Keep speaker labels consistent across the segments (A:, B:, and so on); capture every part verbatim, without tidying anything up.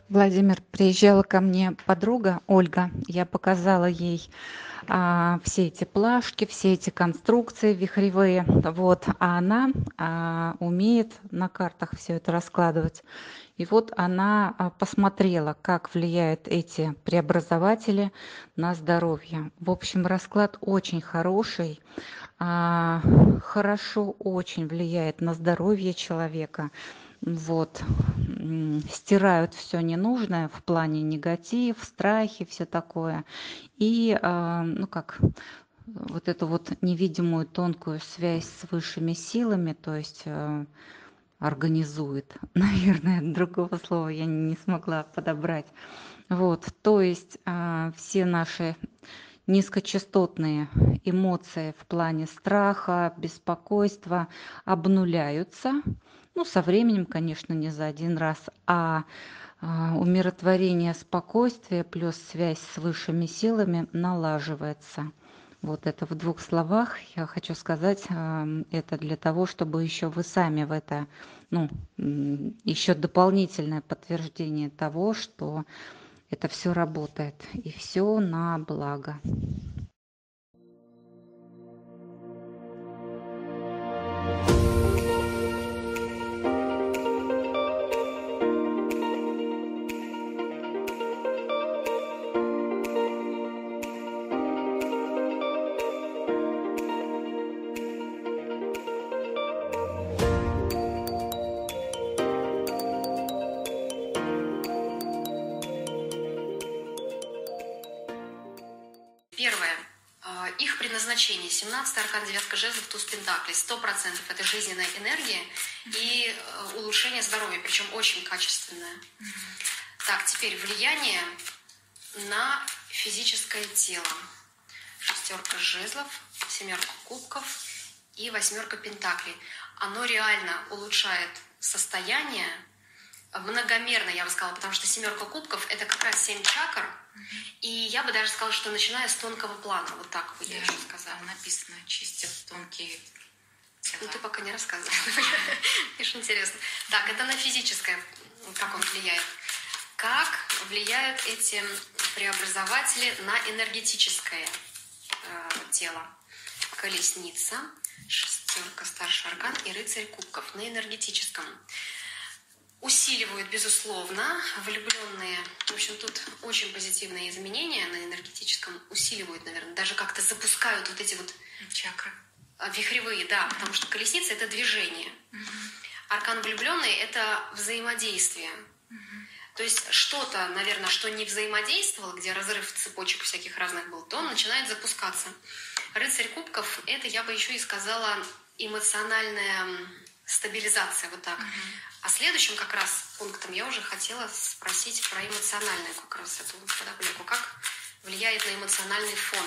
A: Владимир, приезжала ко мне подруга Ольга. Я показала ей а, все эти плашки, все эти конструкции вихревые. Вот, а она а, умеет на картах все это раскладывать. И вот она а, посмотрела, как влияют эти преобразователи на здоровье. В общем, расклад очень хороший, а, хорошо очень влияет на здоровье человека. Вот. М, стирают все ненужное в плане негатив, страхи, все такое. И, а, ну как, вот эту вот невидимую тонкую связь с высшими силами, то есть э, организует, наверное, другого слова я не смогла подобрать. Вот, то есть а, все наши низкочастотные эмоции в плане страха, беспокойства обнуляются. Ну, со временем, конечно, не за один раз, а а, умиротворение, спокойствие плюс связь с высшими силами налаживается. Вот это в двух словах я хочу сказать, а, это для того, чтобы еще вы сами в это, ну, м, еще дополнительное подтверждение того, что это все работает и все на благо.
B: Первое. А, Их предназначение. семнадцатый аркан, девятка жезлов, туз пентаклей. Сто процентов это жизненная энергия и э, улучшение здоровья, причем очень качественное. Так, теперь влияние на физическое тело. Шестерка жезлов, семерка кубков и восьмерка пентаклей. Оно реально улучшает состояние, многомерно, я бы сказала, потому что семерка кубков – это как раз семь чакр, и я бы даже сказала, что начиная с тонкого плана, вот так бы я еще сказала.
C: Там написано «чистят тонкие тела».
B: Ну, ты пока не рассказывай. Видишь, интересно. Так, это на физическое, как он влияет. Как влияют эти преобразователи на энергетическое э, тело? Колесница, шестерка, старший аркан и рыцарь кубков на энергетическом. Усиливают, безусловно, влюбленные. В общем, тут очень позитивные изменения на энергетическом. Усиливают, наверное, даже как-то запускают вот эти вот
C: Чакры.
B: вихревые, да, потому что колесница – это движение. Аркан влюбленный – это взаимодействие. То есть что-то, наверное, что не взаимодействовало, где разрыв цепочек всяких разных был, то он начинает запускаться. Рыцарь кубков – это, я бы еще и сказала, эмоциональная стабилизация, вот так. А следующим как раз пунктом я уже хотела спросить про эмоциональную как раз эту подоплеку. Как влияет на эмоциональный фон?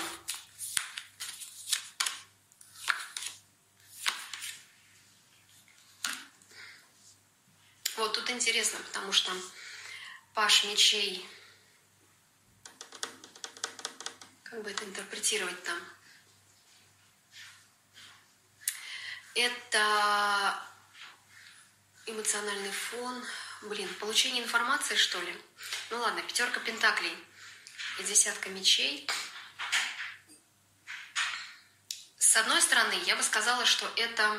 B: Вот тут интересно, потому что паш мечей, как бы это интерпретировать там? Это эмоциональный фон, блин, получение информации, что ли? Ну ладно, пятерка пентаклей и десятка мечей. С одной стороны, я бы сказала, что это...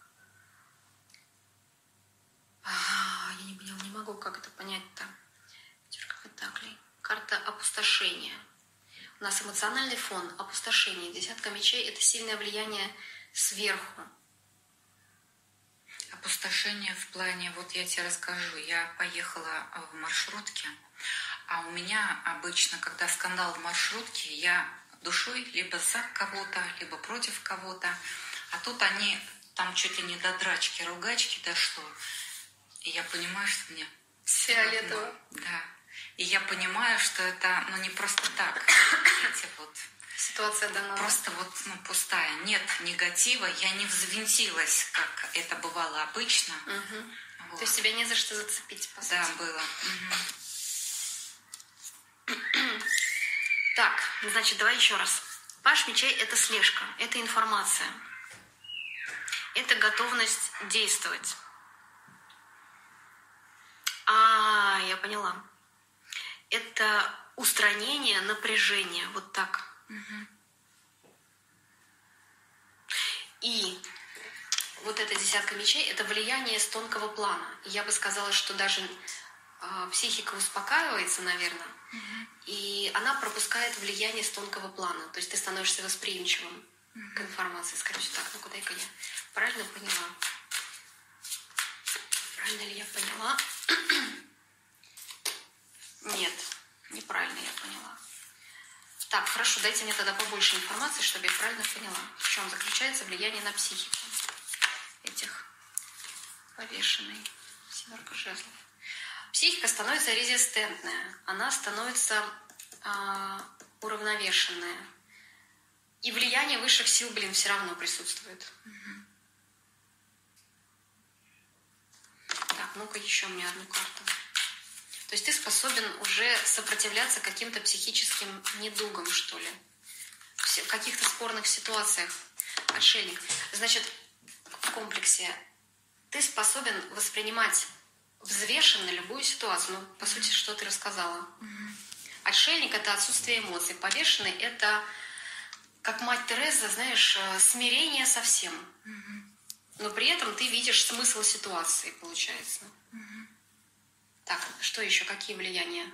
B: А, я не поняла, не могу как это понять-то. Пятерка пентаклей. Карта опустошения. У нас эмоциональный фон, опустошение. Десятка мечей – это сильное влияние сверху.
C: Опустошение в плане, вот я тебе расскажу, я поехала в маршрутке, а у меня обычно, когда скандал в маршрутке, я душой либо за кого-то, либо против кого-то, а тут они там чуть ли не до драчки, ругачки дошло, и я понимаю, что мне...
B: Фиолетово.
C: Да. И я понимаю, что это, ну, не просто так. Эти вот...
B: Ситуация дана.
C: Просто вот, ну, пустая. Нет негатива. Я не взвинтилась, как это бывало обычно.
B: Угу.
C: Вот.
B: То есть тебя не за что зацепить, по
C: Да,
B: сути.
C: было. Угу.
B: Так, значит, давай еще раз. Паш мечей – это слежка, это информация. Это готовность действовать. А, я поняла. это устранение напряжения, вот так.
C: Мгм.
B: И вот эта десятка мечей – это влияние с тонкого плана. И я бы сказала, что даже э, психика успокаивается, наверное, и она пропускает влияние с тонкого плана. То есть ты становишься восприимчивым к информации. Скорее всего, так, ну-ка, дай-ка я правильно поняла. Правильно ли я поняла? Нет, неправильно я поняла. Так, хорошо, дайте мне тогда побольше информации, чтобы я правильно поняла, в чем заключается влияние на психику этих повешенной. Семерка жезлов. Психика становится резистентная, она становится э, уравновешенная. И влияние высших сил, блин, все равно присутствует. Так, ну-ка еще мне одну карту. То есть ты способен уже сопротивляться каким-то психическим недугам, что ли, в каких-то спорных ситуациях. Отшельник. Значит, в комплексе ты способен воспринимать взвешенно любую ситуацию. Ну, по сути, что ты рассказала. Отшельник – это отсутствие эмоций. Повешенный – это, как мать Тереза, знаешь, смирение со всем. Но при этом ты видишь смысл ситуации, получается. Так, что еще? Какие влияния?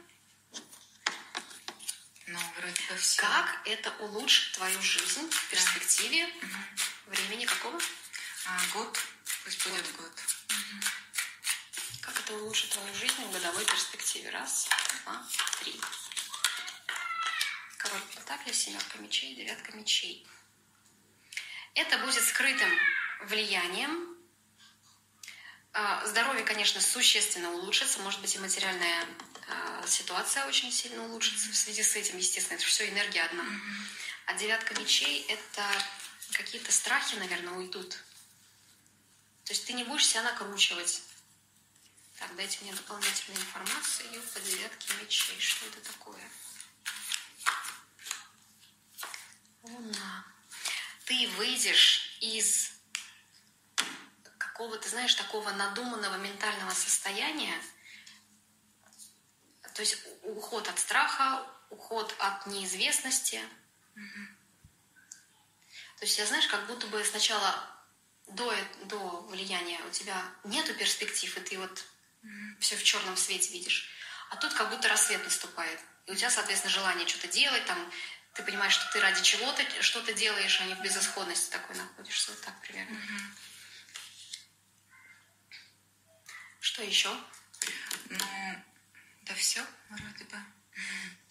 C: Ну, вроде бы все.
B: Как это улучшит твою жизнь в перспективе времени какого?
C: А, год. Пусть будет год.
B: Как это улучшит твою жизнь в годовой перспективе? Раз, два, три. Король пентаклей, семерка мечей, девятка мечей. Это будет скрытым влиянием. Здоровье, конечно, существенно улучшится. Может быть, и материальная э, ситуация очень сильно улучшится в связи с этим. Естественно, это все энергия одна. А девятка мечей – это какие-то страхи, наверное, уйдут. То есть ты не будешь себя накручивать. Так, дайте мне дополнительную информацию по девятке мечей. Что это такое? Луна. Ты выйдешь из какого-то, знаешь, такого надуманного ментального состояния, то есть уход от страха, уход от неизвестности. Mm-hmm. То есть я, знаешь, как будто бы сначала до, до влияния у тебя нету перспектив, и ты вот mm-hmm. все в черном свете видишь, а тут как будто рассвет наступает, и у тебя, соответственно, желание что-то делать, там, ты понимаешь, что ты ради чего-то что-то делаешь, а не в безысходности такой находишься, вот так примерно. Mm-hmm. Что еще?
C: Ну, да все, вроде бы.